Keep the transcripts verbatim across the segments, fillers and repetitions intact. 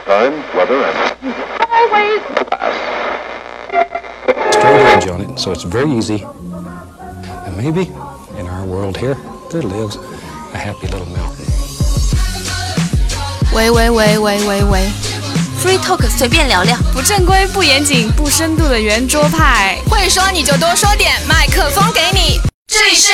Time, weather, and always glass. Straight edge on it, so it's very easy. And maybe in our world here, there lives a happy little mountain. 喂喂喂喂喂喂 Free Talk 随便聊聊， 不正规不严谨不深度的圆桌派， 会说你就多说点，麦克风给你，这里是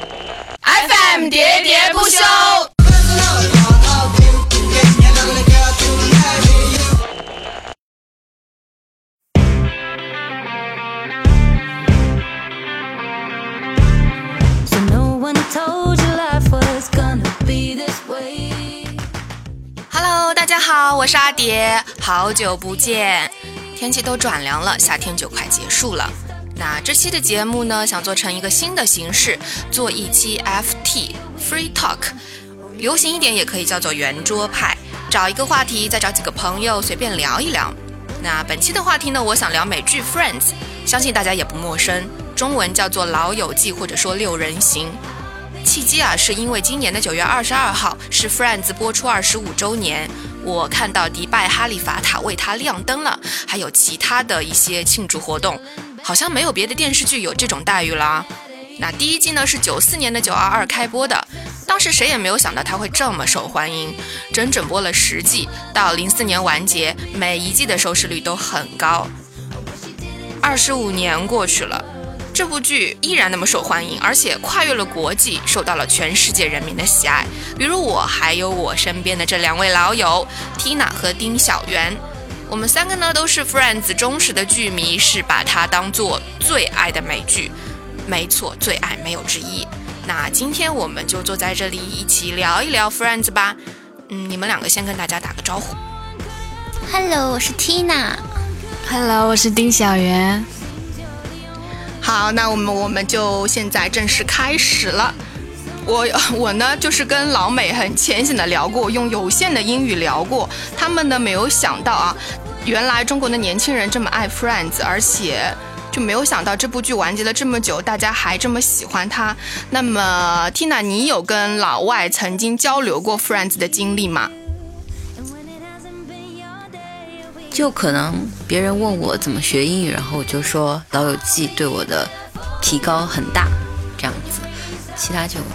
F M 喋喋不休。Hello， 大家好，我是阿蝶，好久不见。天气都转凉了，夏天就快结束了。那这期的节目呢，想做成一个新的形式，做一期 F T Free Talk， 流行一点也可以叫做圆桌派，找一个话题，再找几个朋友随便聊一聊。那本期的话题呢，我想聊美剧 Friends， 相信大家也不陌生，中文叫做老友记或者说六人行。契机啊，是因为今年的九月二十二号是 Friends 播出二十五周年，我看到迪拜哈利法塔为它亮灯了，还有其他的一些庆祝活动，好像没有别的电视剧有这种待遇啦。那第一季呢是九四年的九二二开播的，当时谁也没有想到它会这么受欢迎，整整播了十季，到零四年完结，每一季的收视率都很高。二十五年过去了，这部剧依然那么受欢迎，而且跨越了国际，受到了全世界人民的喜爱。比如我，还有我身边的这两位老友 Tina 和丁小媛，我们三个呢都是 Friends 忠实的剧迷，是把它当作最爱的美剧。没错，最爱没有之一。那今天我们就坐在这里一起聊一聊 Friends 吧。嗯，你们两个先跟大家打个招呼。 Hello， 我是 Tina。 Hello， 我是丁小媛。 好，那我们我们就现在正式开始了。我我呢，就是跟老美很浅显的聊过，用有限的英语聊过。他们呢没有想到啊，原来中国的年轻人这么爱 Friends， 而且就没有想到这部剧完结了这么久，大家还这么喜欢它。那么 Tina， 你有跟老外曾经交流过 Friends 的经历吗？ 就可能别人问我怎么学英语，然后我就说老友记对我的提高很大，这样子，其他就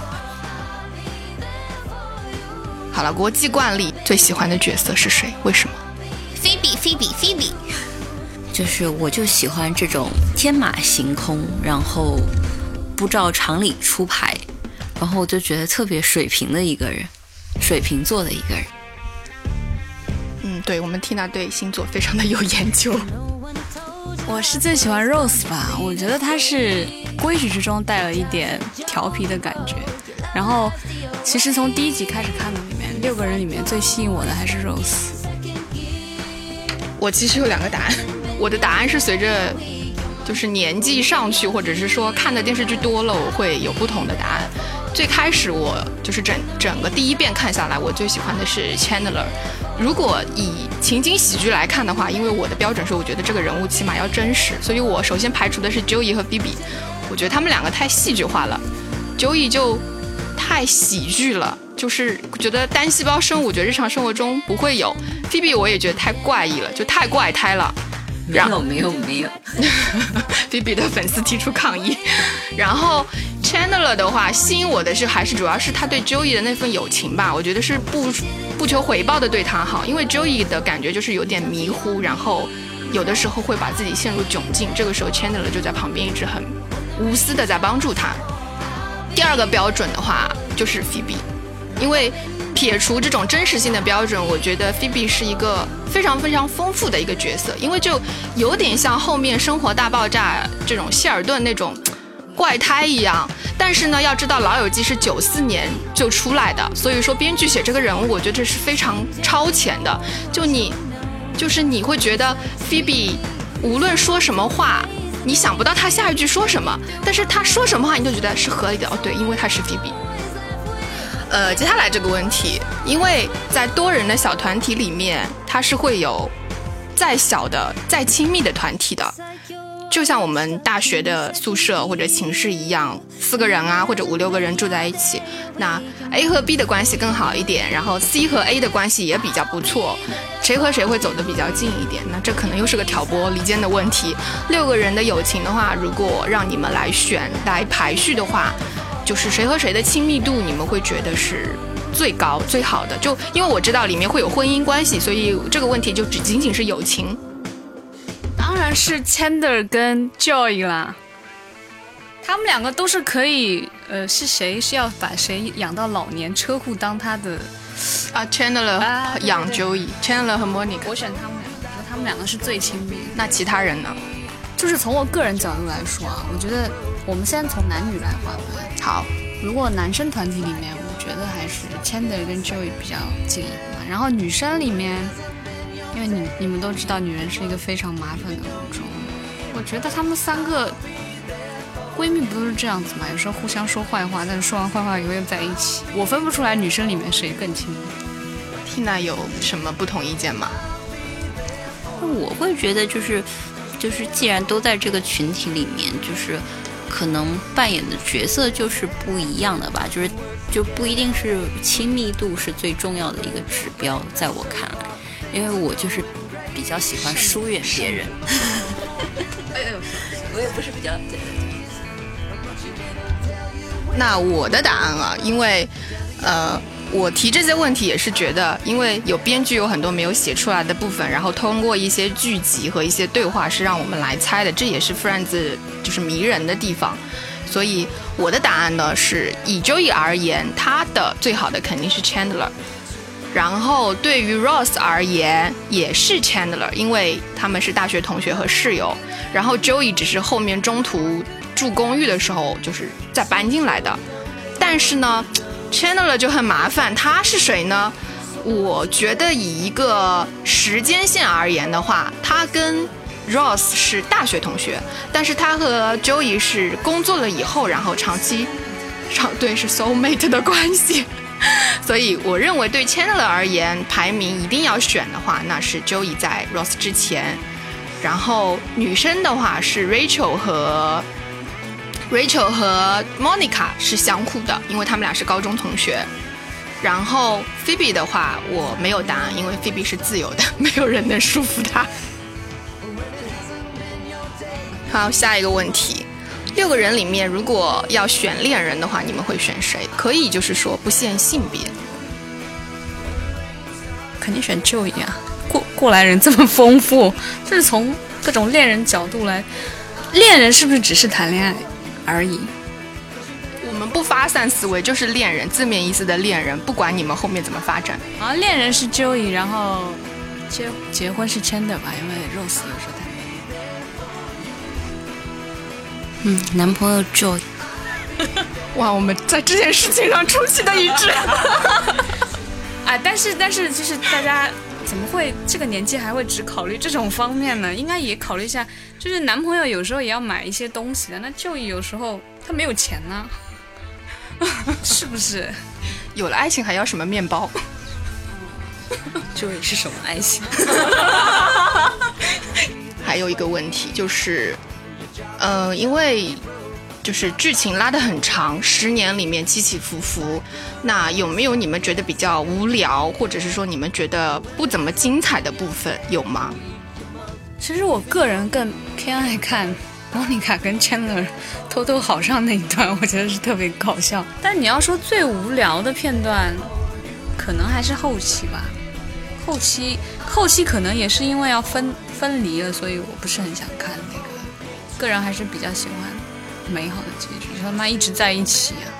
好了。国际惯例，最喜欢的角色是谁？为什么？ 菲比菲比菲比， 就是我就喜欢这种天马行空，然后不照常理出牌，然后我就觉得特别水平的一个人，水瓶座的一个人。 嗯，对，我们 Tina 对星座非常的有研究。 我是最喜欢 Rose 吧，我觉得她是规矩之中带了一点调皮的感觉。然后其实从第一集开始看的里面，六个人里面最吸引我的还是 Rose。 我其实有两个答案，我的答案是随着就是年纪上去，或者是说看的电视剧多了，我会有不同的答案。最开始我就是整整个第一遍看下来，我最喜欢的是 Chandler。如果以情景喜剧来看的话，因为我的标准是我觉得这个人物起码要真实，所以我首先排除的是 Joey 和 Phoebe。 我觉得他们两个太戏剧化了， Joey 就太喜剧了，就是觉得单细胞生物觉得日常生活中不会有。 Phoebe 我也觉得太怪异了，就太怪胎了。 没有没有没有 Phoebe 的粉丝提出抗议。然后 Chandler 的话，吸引我的是还是主要是他对 Joey 的那份友情吧，我觉得是不不求回报的对他好，因为 Joey 的感觉就是有点迷糊，然后有的时候会把自己陷入窘境，这个时候 Chandler 就在旁边一直很无私的在帮助他。第二个标准的话就是 Phoebe， 因为撇除这种真实性的标准，我觉得 Phoebe 是一个非常非常丰富的一个角色，因为就有点像后面生活大爆炸这种谢尔顿那种怪胎一样。但是呢，要知道老友记是九四年就出来的，所以说编剧写这个人物，我觉得这是非常超前的。就你就是你会觉得 Phoebe 无论说什么话，你想不到他下一句说什么，但是他说什么话你就觉得是合理的。哦，对，因为他是 Phoebe。呃，接下来这个问题，因为在多人的小团体里面，它是会有再小的、再亲密的团体的。 就像我们大学的宿舍或者寝室一样，四个人啊或者五六个人住在一起，那 A 和 B 的关系更好一点，然后 C 和 A 的关系也比较不错，谁和谁会走得比较近一点？那这可能又是个挑拨离间的问题。六个人的友情的话，如果让你们来选来排序的话，就是谁和谁的亲密度你们会觉得是最高最好的？就因为我知道里面会有婚姻关系，所以这个问题就只仅仅是友情。 当然是 Chandler 跟 Joey 啦，他们两个都是可以，呃，是谁是要把谁养到老年，车库当他的啊 ，Chandler 啊养 Joey，Chandler 和 Monica， 我选他们两个，我觉得他们两个是最亲密的。 那其他人呢？ 就是从我个人角度来说啊，我觉得我们先从男女来划分。 好， 如果男生团体里面，我觉得还是 Chandler 跟 Joey 比较进一步嘛。然后女生里面，因为你你们都知道，女人是一个非常麻烦的物种，我觉得她们三个闺蜜不都是这样子嘛？有时候互相说坏话，但是说完坏话以后又在一起。我分不出来女生里面谁更亲密。 Tina 有什么不同意见吗？ 我会觉得就是就是既然都在这个群体里面，就是可能扮演的角色就是不一样的吧，就是就不一定是亲密度是最重要的一个指标，在我看来，因为我就是比较喜欢疏远别人。我也不是比较对。 那我的答案啊，因为呃。我提这些问题也是觉得，因为有编剧有很多没有写出来的部分，然后通过一些剧集和一些对话是让我们来猜的，这也是 Friends 就是迷人的地方。所以我的答案呢是以 Joey 而言，他的最好的肯定是 Chandler， 然后对于 Ross 而言也是 Chandler， 因为他们是大学同学和室友，然后 Joey 只是后面中途住公寓的时候就是再搬进来的。但是呢Chandler 就很麻烦，他是谁呢？我觉得以一个时间线而言的话，他跟 Ross 是大学同学，但是他和 Joey 是工作了以后，然后长期长对是 soulmate 的关系。所以我认为对 Chandler 而言，排名一定要选的话，那是 Joey 在 Ross 之前。然后女生的话是 Rachel 和Rachel 和 Monica 是相互的，因为他们俩是高中同学。然后 Phoebe 的话，我没有答案，因为 Phoebe 是自由的，没有人能束缚她。好，下一个问题，六个人里面如果要选恋人的话，你们会选谁？可以就是说不限性别。 肯定选 Joey 啊，过过来人这么丰富，就是从各种恋人角度来，恋人是不是只是谈恋爱而已？ 我们不发散思维，就是恋人，字面意思的恋人，不管你们后面怎么发展。 啊，恋人是 Joey， 然后结结婚是 Chandler 吧，因为 Rose 有时候谈恋爱。 嗯，男朋友 Joey。 哇，我们在这件事情上出奇的一致。 啊，但是但是就是大家怎么会这个年纪还会只考虑这种方面呢？应该也考虑一下，就是男朋友有时候也要买一些东西的，那Joey有时候他没有钱呢，是不是？ 有了爱情还要什么面包 Joey是什么爱情？ 还有一个问题就是，呃，因为就是剧情拉得很长，十年里面起起伏伏，那有没有你们觉得比较无聊，或者是说你们觉得不怎么精彩的部分，有吗？ 其实我个人更偏爱看莫妮卡跟 Chandler 偷偷好上那一段，我觉得是特别搞笑。但你要说最无聊的片段，可能还是后期吧。后期后期可能也是因为要分分离了，所以我不是很想看那个。个人还是比较喜欢美好的结局，他妈一直在一起啊。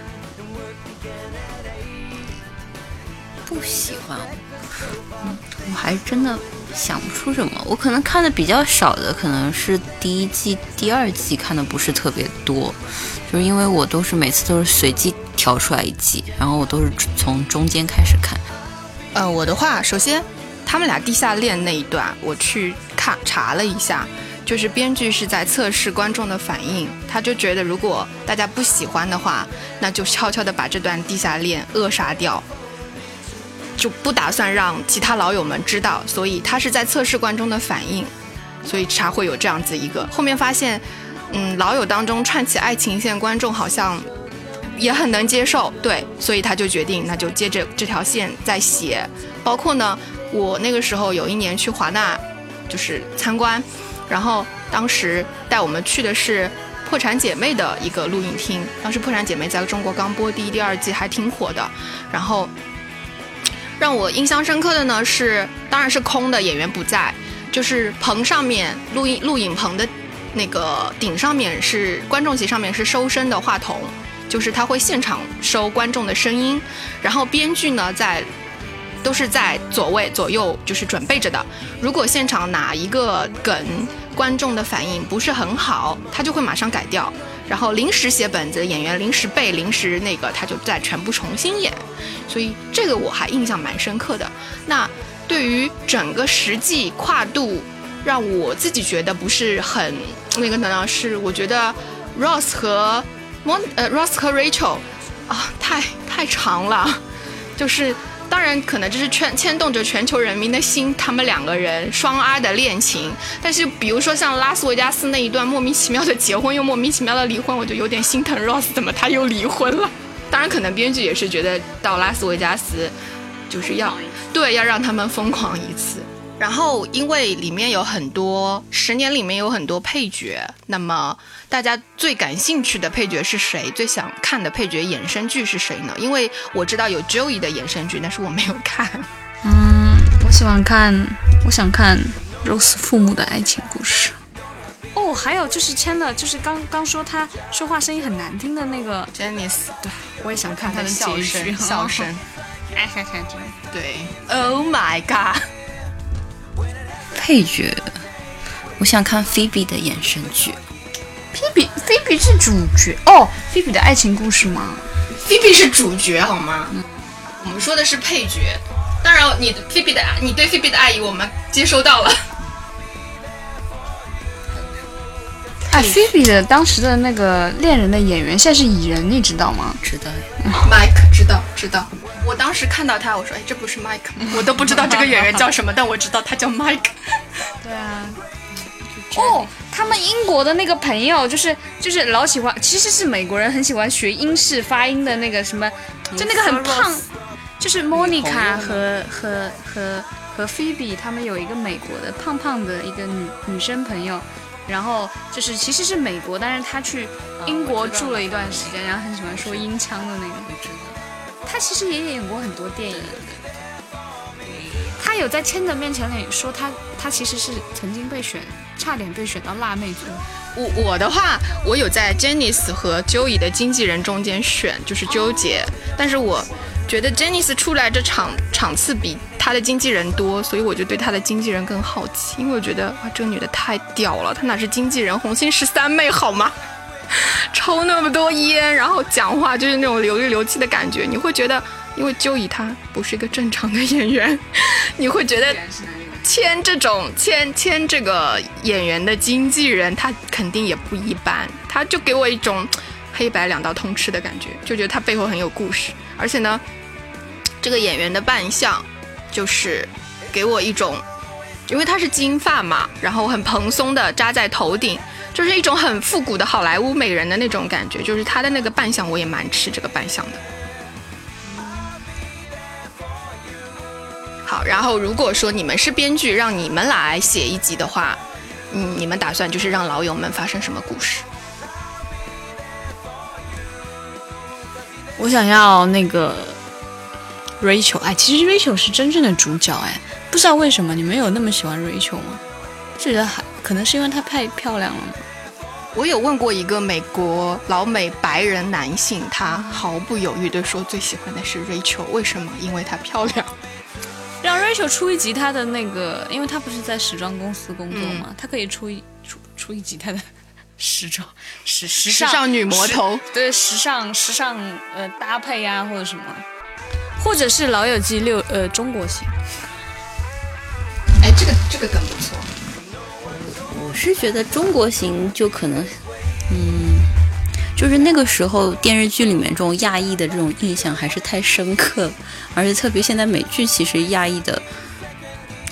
不喜欢，嗯，我还真的想不出什么。我可能看的比较少的，可能是第一季、第二季看的不是特别多，就是因为我都是每次都是随机挑出来一集，然后我都是从中间开始看。 呃，我的话，首先他们俩地下恋那一段，我去看查了一下。就是编剧是在测试观众的反应，他就觉得如果大家不喜欢的话，那就悄悄地把这段地下恋扼杀掉，就不打算让其他老友们知道，所以他是在测试观众的反应。 所以才会有这样子一个。后面发现，嗯，老友当中串起爱情线，观众好像也很能接受，对，所以他就决定那就接着这条线再写。包括呢，我那个时候有一年去华纳就是参观，然后当时带我们去的是破产姐妹的一个录影厅，当时破产姐妹在中国刚播第一第二季还挺火的，然后让我印象深刻的呢是当然是空的，演员不在，就是棚上面录音录影棚的那个顶上面是观众席上面是收声的话筒，就是他会现场收观众的声音，然后编剧呢在都是在左位左右就是准备着的，如果现场哪一个梗观众的反应不是很好，他就会马上改掉，然后临时写本子，演员临时背临时那个他就再全部重新演，所以这个我还印象蛮深刻的。那对于整个实际跨度让我自己觉得不是很那个呢，是我觉得 Ross 和 Mon 呃 Ross 和 Rachel 啊太太长了，就是当然可能这是牵牵动着全球人民的心，他们两个人双 R 的恋情，但是比如说像拉斯维加斯那一段莫名其妙的结婚又莫名其妙的离婚，我就有点心疼 Ross 怎么他又离婚了。当然可能编剧也是觉得到拉斯维加斯就是要对要让他们疯狂一次。然后因为里面有很多十年里面有很多配角，那么大家最感兴趣的配角是谁，最想看的配角衍生剧是谁呢？因为我知道有 Joey 的衍生剧，但是我没有看。 嗯，我喜欢看我想看 Rose 父母的爱情故事。哦，还有就是签了，就是刚刚说他说话声音很难听的那个 Janice， 对，我也想看他的笑声笑声哎嘿嘿， 对 Oh my god。 配角，我想看 Phoebe 的衍生剧。 Phoebe Phoebe 是主角哦 ，Phoebe 的爱情故事吗 ？Phoebe 是主角好吗？嗯，我们说的是配角。当然，你 Phoebe 的你对 Phoebe 的爱意我们接收到了。 啊 ，Phoebe 的当时的那个恋人的演员现在是蚁人，你知道吗？ 知道呀。Mike 知道知道。我当时看到他，我说：“哎，这不是 Mike 吗？”我都不知道这个演员叫什么，但我知道他叫 Mike。 对啊。哦，他们英国的那个朋友，就是就是老喜欢，其实是美国人很喜欢学英式发音的那个什么，就那个很胖，就是 Monica 和和和和 Phoebe 他们有一个美国的胖胖的一个女女生朋友，然后就是其实是美国，但是她去英国住了一段时间，然后很喜欢说英腔的那个。他其实也演过很多电影，他有在千的面前里说他他其实是曾经被选，差点被选到辣妹组。 我我的话，我有在 Janice 和 Joey 的经纪人中间选，就是纠结，但是我觉得 Janice 出来这场场次比他的经纪人多，所以我就对他的经纪人更好奇，因为我觉得哇，这个女的太屌了，她哪是经纪人，红星十三妹好吗？抽那么多烟，然后讲话就是那种流里流气的感觉，你会觉得，因为Joey他不是一个正常的演员，你会觉得签这种签签这个演员的经纪人，他肯定也不一般，他就给我一种黑白两道通吃的感觉，就觉得他背后很有故事，而且呢，这个演员的扮相就是给我一种，因为他是金发嘛，然后很蓬松的扎在头顶。就是一种很复古的好莱坞美人的那种感觉，就是她的那个扮相我也蛮吃这个扮相的。好，然后如果说你们是编剧，让你们来写一集的话，嗯，你们打算就是让老友们发生什么故事？ 我想要那个 Rachel， 哎，其实 Rachel 是真正的主角，哎，不知道为什么你们有那么喜欢 Rachel 吗？觉得还可能是因为她太漂亮了吗？ 我有问过一个美国老美白人男性，他毫不犹豫地说最喜欢的是 Rachel， 为什么？因为她漂亮。 让 Rachel 出一集她的那个，因为她不是在时装公司工作嘛，嗯、她可以出一出出一集她的时装时时尚时尚女魔头， 对时尚时尚呃搭配啊或者什么，或者是老友记六呃中国行。 哎，这个这个梗不错。 我是觉得中国行就可能，嗯，就是那个时候电视剧里面这种亚裔的这种印象还是太深刻，而且特别现在美剧其实亚裔的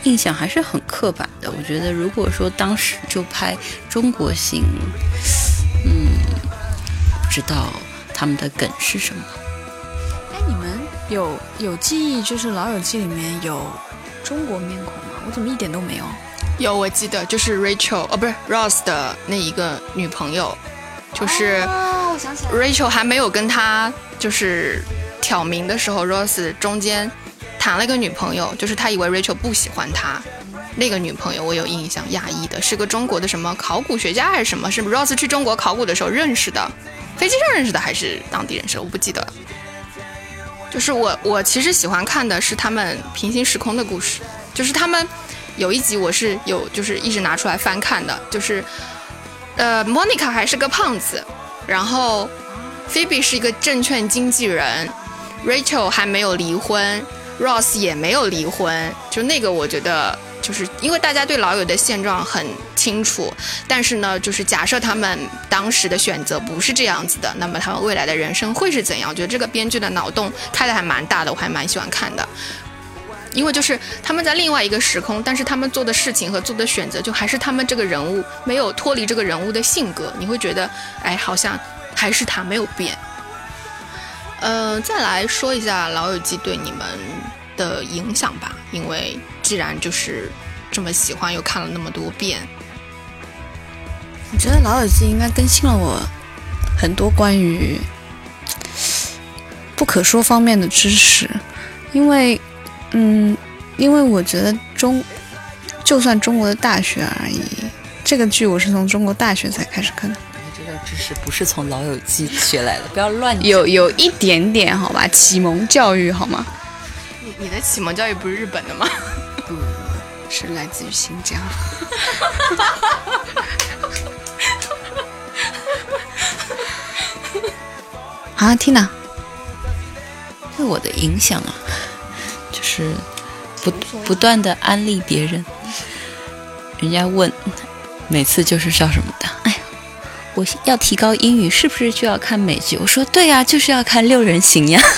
印象还是很刻板的。我觉得如果说当时就拍中国型，嗯，不知道他们的梗是什么。 哎，你们有有记忆，就是《老友记》里面有中国面孔吗？我怎么一点都没有？ 有，我记得就是 Rachel 哦，不是 Ross 的那一个女朋友，就是哦，我想起来了 Rachel 还没有跟他就是挑明的时候 ，Ross 中间谈了一个女朋友，就是他以为 Rachel 不喜欢他。那个女朋友我有印象，亚裔的，是个中国的什么考古学家还是什么？是 Ross 去中国考古的时候认识的，飞机上认识的还是当地认识的，我不记得了。就是我我其实喜欢看的是他们平行时空的故事，就是他们有一集我是有就是一直拿出来翻看的，就是呃 Monica 还是个胖子，然后 Phoebe 是一个证券经纪人， Rachel 还没有离婚， Ross 也没有离婚，就那个我觉得就是因为大家对老友的现状很清楚，但是呢就是假设他们当时的选择不是这样子的，那么他们未来的人生会是怎样？我觉得这个编剧的脑洞开得还蛮大的，我还蛮喜欢看的。因为就是他们在另外一个时空，但是他们做的事情和做的选择就还是他们这个人物，没有脱离这个人物的性格，你会觉得哎好像还是他没有变。呃，再来说一下老友记对你们的影响吧，因为既然就是这么喜欢又看了那么多遍。 我觉得老友记应该更新了我很多关于不可说方面的知识，因为嗯，因为我觉得中就算中国的大学而已，这个剧我是从中国大学才开始看的。 这个知识不是从老友记学来的，不要乱讲。 有有一点点好吧，启蒙教育好吗？ 你你的启蒙教育不是日本的吗？ 不，是来自于新疆。啊 ，Tina， 对我的影响啊，就是不不断的安利别人。人家问，每次就是叫什么的？哎呀，我要提高英语，是不是就要看美剧？我说对啊，就是要看六人行呀。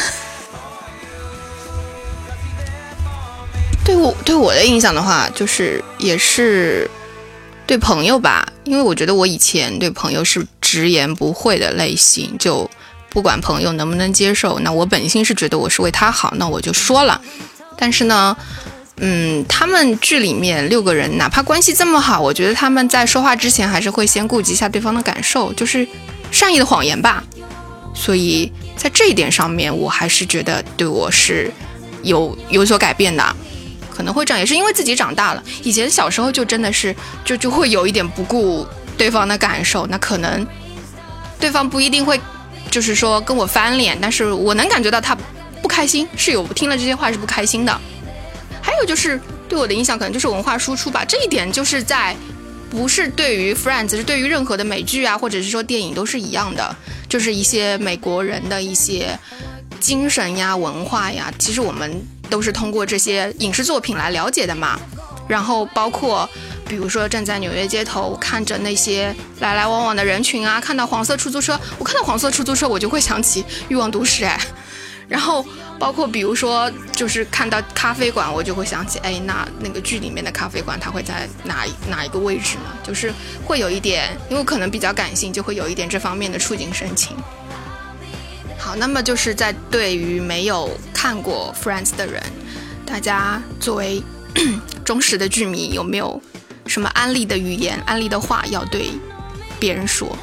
对我对我的影响的话，就是也是对朋友吧，因为我觉得我以前对朋友是直言不讳的类型，就不管朋友能不能接受，那我本心是觉得我是为他好，那我就说了。但是呢，嗯，他们剧里面六个人哪怕关系这么好，我觉得他们在说话之前还是会先顾及一下对方的感受，就是善意的谎言吧。所以在这一点上面，我还是觉得对我是有有所改变的。可能会这样，也是因为自己长大了。以前小时候就真的是就就会有一点不顾对方的感受，那可能对方不一定会就是说跟我翻脸，但是我能感觉到他不开心，是有听了这些话是不开心的。还有就是对我的影响可能就是文化输出吧，这一点就是在不是对于 Friends， 是对于任何的美剧啊，或者是说电影都是一样的，就是一些美国人的一些精神呀、文化呀，其实我们都是通过这些影视作品来了解的嘛。然后包括比如说站在纽约街头看着那些来来往往的人群啊，看到黄色出租车，我看到黄色出租车我就会想起欲望都市哎。然后包括比如说就是看到咖啡馆，我就会想起哎，那那个剧里面的咖啡馆它会在哪哪一个位置呢？就是会有一点，因为我可能比较感性，就会有一点这方面的触景生情。好，那么就是在对于没有看过 Friends 的人，大家作为忠实的剧迷，有没有什么安利的语言、安利的话要对别人说？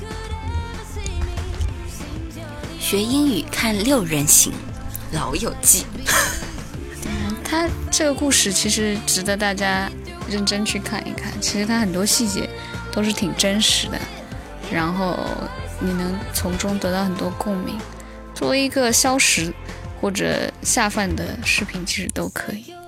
学英语看六人行，老友记。 它这个故事其实值得大家认真去看一看，其实它很多细节都是挺真实的，然后你能从中得到很多共鸣。作为一个消食或者下饭的视频，其实都可以。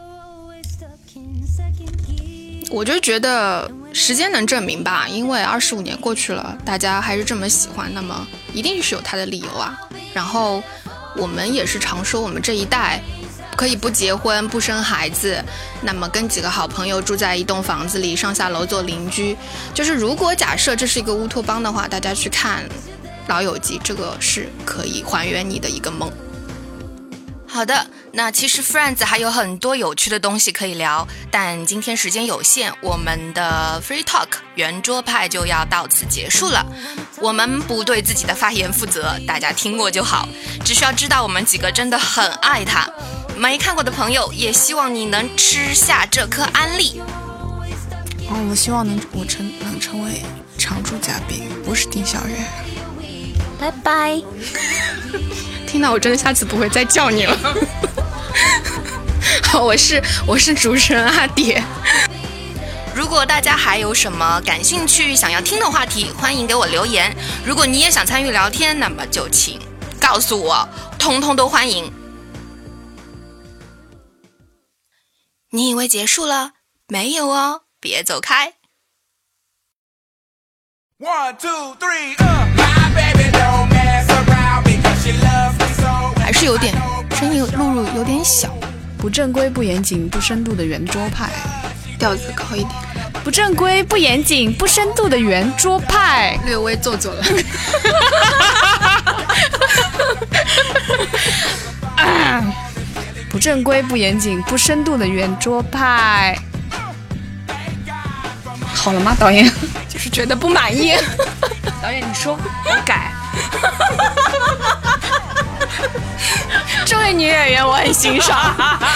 我就觉得时间能证明吧，因为二十五年过去了，大家还是这么喜欢，那么一定是有它的理由啊。然后我们也是常说，我们这一代可以不结婚不生孩子，那么跟几个好朋友住在一栋房子里，上下楼做邻居。就是如果假设这是一个乌托邦的话，大家去看老友记，这个是可以还原你的一个梦。 好的， 那其实 Friends 还有很多有趣的东西可以聊，但今天时间有限，我们的 Free Talk 圆桌派就要到此结束了。我们不对自己的发言负责，大家听过就好，只需要知道我们几个真的很爱它。没看过的朋友也希望你能吃下这颗安利。 哦，我希望能我成能成为常驻嘉宾，不是丁小月。 拜拜。 听到我真的下次不会再叫你了。好，我是我是主持人阿蝶。 如果大家还有什么感兴趣想要听的话题，欢迎给我留言。如果你也想参与聊天，那么就请告诉我，通通都欢迎。你以为结束了？没有哦，别走开。 One, two, three, uh. My baby don't mess around because she loves me so. 还是有点声音录入有点小， 不正规、不严谨、不深度的圆桌派， 调子高一点。 不正规、不严谨、不深度的圆桌派， 略微做作了。 啊，不正规、不严谨、不深度的圆桌派。 好了吗，导演？就是觉得不满意。 导演，你说，我改。这位女演员我很欣赏。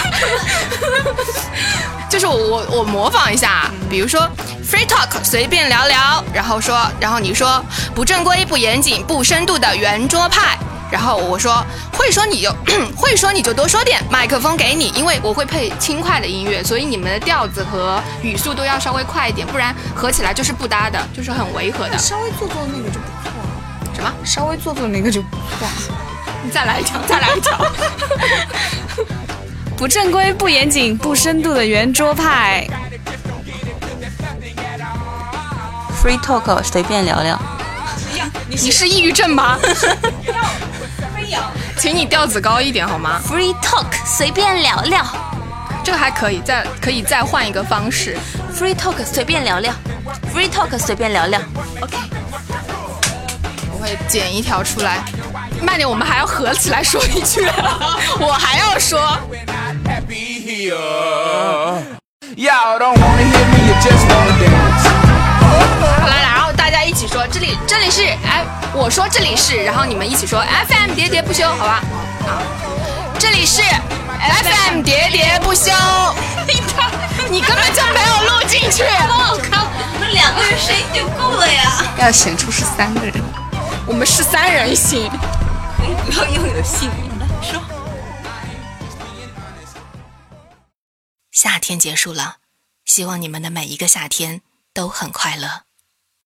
就是我我我模仿一下，比如说 Free Talk 随便聊聊，然后说，然后你说不正规、不严谨、不深度的圆桌派。然后我说会说你就会说你就多说点，麦克风给你，因为我会配轻快的音乐，所以你们的调子和语速都要稍微快一点，不然合起来就是不搭的，就是很违和的。 稍微做做那个就不错了。 什么？ 稍微做做那个就不错。 你再来一条，再来一条。 不正规、不严谨、不深度的圆桌派。 Free Talk 随便聊聊。 你是抑郁症吗？请你调子高一点好吗 ？Free Talk 随便聊聊， 这个还可以，再可以再换一个方式。 Free Talk 随便聊聊 ，Free Talk 随便聊聊。OK， 我会剪一条出来。慢点，我们还要合起来说一句，我还要说。好了，然后大家一起说，这里这里是哎，我说这里是，然后你们一起说 F M 喋喋不休，好吧？好，这里是 F M 喋喋不休。你根本就没有录进去。 我靠，我们两个人声音就够了呀。 要显出是三个人，我们是三人行。 可以不要又有姓名了，说。 夏天结束了，希望你们的每一个夏天都很快乐。